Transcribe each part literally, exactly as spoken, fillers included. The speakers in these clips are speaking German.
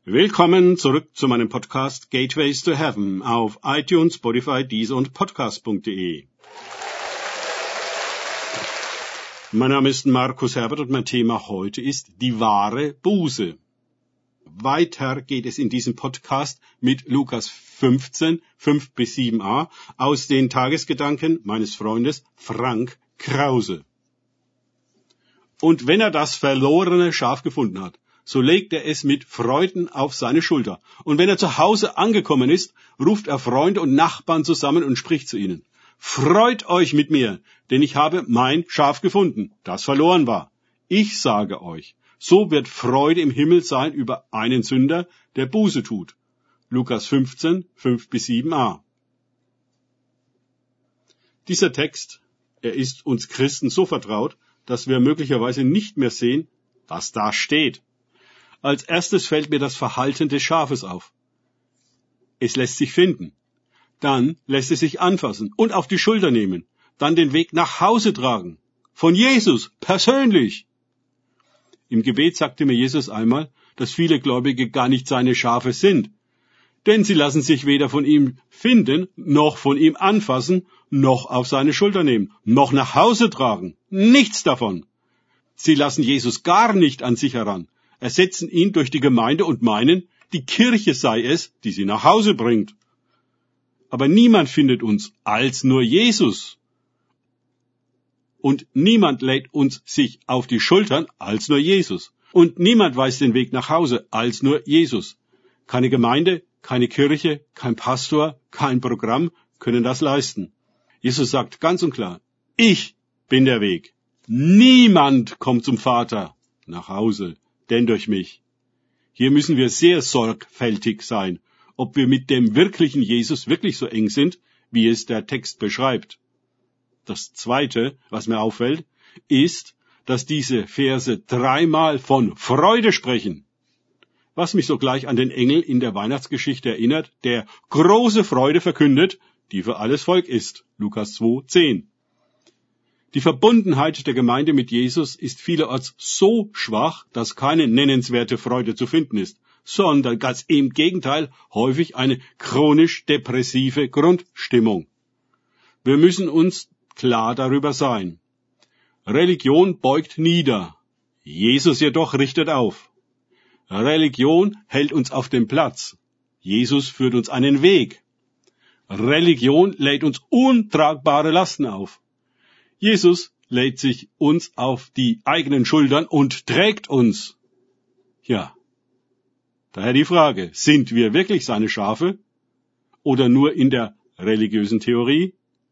Willkommen zurück zu meinem Podcast Gateways to Heaven auf iTunes, Spotify, Deezer und Podcast punkt de. Mein Name ist Markus Herbert und mein Thema heute ist die wahre Buße. Weiter geht es in diesem Podcast mit Lukas fünfzehn, fünf bis sieben a aus den Tagesgedanken meines Freundes Frank Krause. Und wenn er das verlorene Schaf gefunden hat, so legt er es mit Freuden auf seine Schulter. Und wenn er zu Hause angekommen ist, ruft er Freunde und Nachbarn zusammen und spricht zu ihnen. Freut euch mit mir, denn ich habe mein Schaf gefunden, das verloren war. Ich sage euch, so wird Freude im Himmel sein über einen Sünder, der Buße tut. Lukas fünfzehn, fünf bis sieben a. Dieser Text, er ist uns Christen so vertraut, dass wir möglicherweise nicht mehr sehen, was da steht. Als erstes fällt mir das Verhalten des Schafes auf. Es lässt sich finden. Dann lässt es sich anfassen und auf die Schulter nehmen. Dann den Weg nach Hause tragen. Von Jesus, persönlich. Im Gebet sagte mir Jesus einmal, dass viele Gläubige gar nicht seine Schafe sind. Denn sie lassen sich weder von ihm finden, noch von ihm anfassen, noch auf seine Schulter nehmen, noch nach Hause tragen. Nichts davon. Sie lassen Jesus gar nicht an sich heran, ersetzen ihn durch die Gemeinde und meinen, die Kirche sei es, die sie nach Hause bringt. Aber niemand findet uns als nur Jesus. Und niemand lädt uns sich auf die Schultern als nur Jesus. Und niemand weiß den Weg nach Hause als nur Jesus. Keine Gemeinde, keine Kirche, kein Pastor, kein Programm können das leisten. Jesus sagt ganz und klar, ich bin der Weg. Niemand kommt zum Vater nach Hause, denn durch mich. Hier müssen wir sehr sorgfältig sein, ob wir mit dem wirklichen Jesus wirklich so eng sind, wie es der Text beschreibt. Das Zweite, was mir auffällt, ist, dass diese Verse dreimal von Freude sprechen, was mich sogleich an den Engel in der Weihnachtsgeschichte erinnert, der große Freude verkündet, die für alles Volk ist. Lukas zwei, zehn. Die Verbundenheit der Gemeinde mit Jesus ist vielerorts so schwach, dass keine nennenswerte Freude zu finden ist, sondern ganz im Gegenteil häufig eine chronisch depressive Grundstimmung. Wir müssen uns klar darüber sein. Religion beugt nieder, Jesus jedoch richtet auf. Religion hält uns auf dem Platz, Jesus führt uns einen Weg. Religion lädt uns untragbare Lasten auf. Jesus lädt sich uns auf die eigenen Schultern und trägt uns. Ja, daher die Frage, sind wir wirklich seine Schafe oder nur in der religiösen Theorie?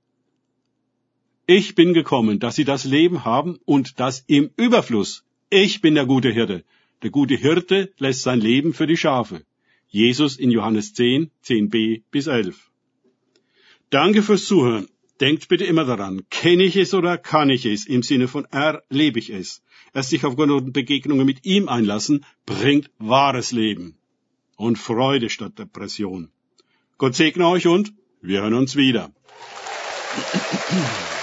Ich bin gekommen, dass sie das Leben haben und das im Überfluss. Ich bin der gute Hirte. Der gute Hirte lässt sein Leben für die Schafe. Jesus in Johannes zehn, zehn b bis elf. Danke fürs Zuhören. Denkt bitte immer daran, kenne ich es oder kann ich es, im Sinne von erlebe ich es. Erst sich auf Gott und Begegnungen mit ihm einlassen, bringt wahres Leben und Freude statt Depression. Gott segne euch und wir hören uns wieder.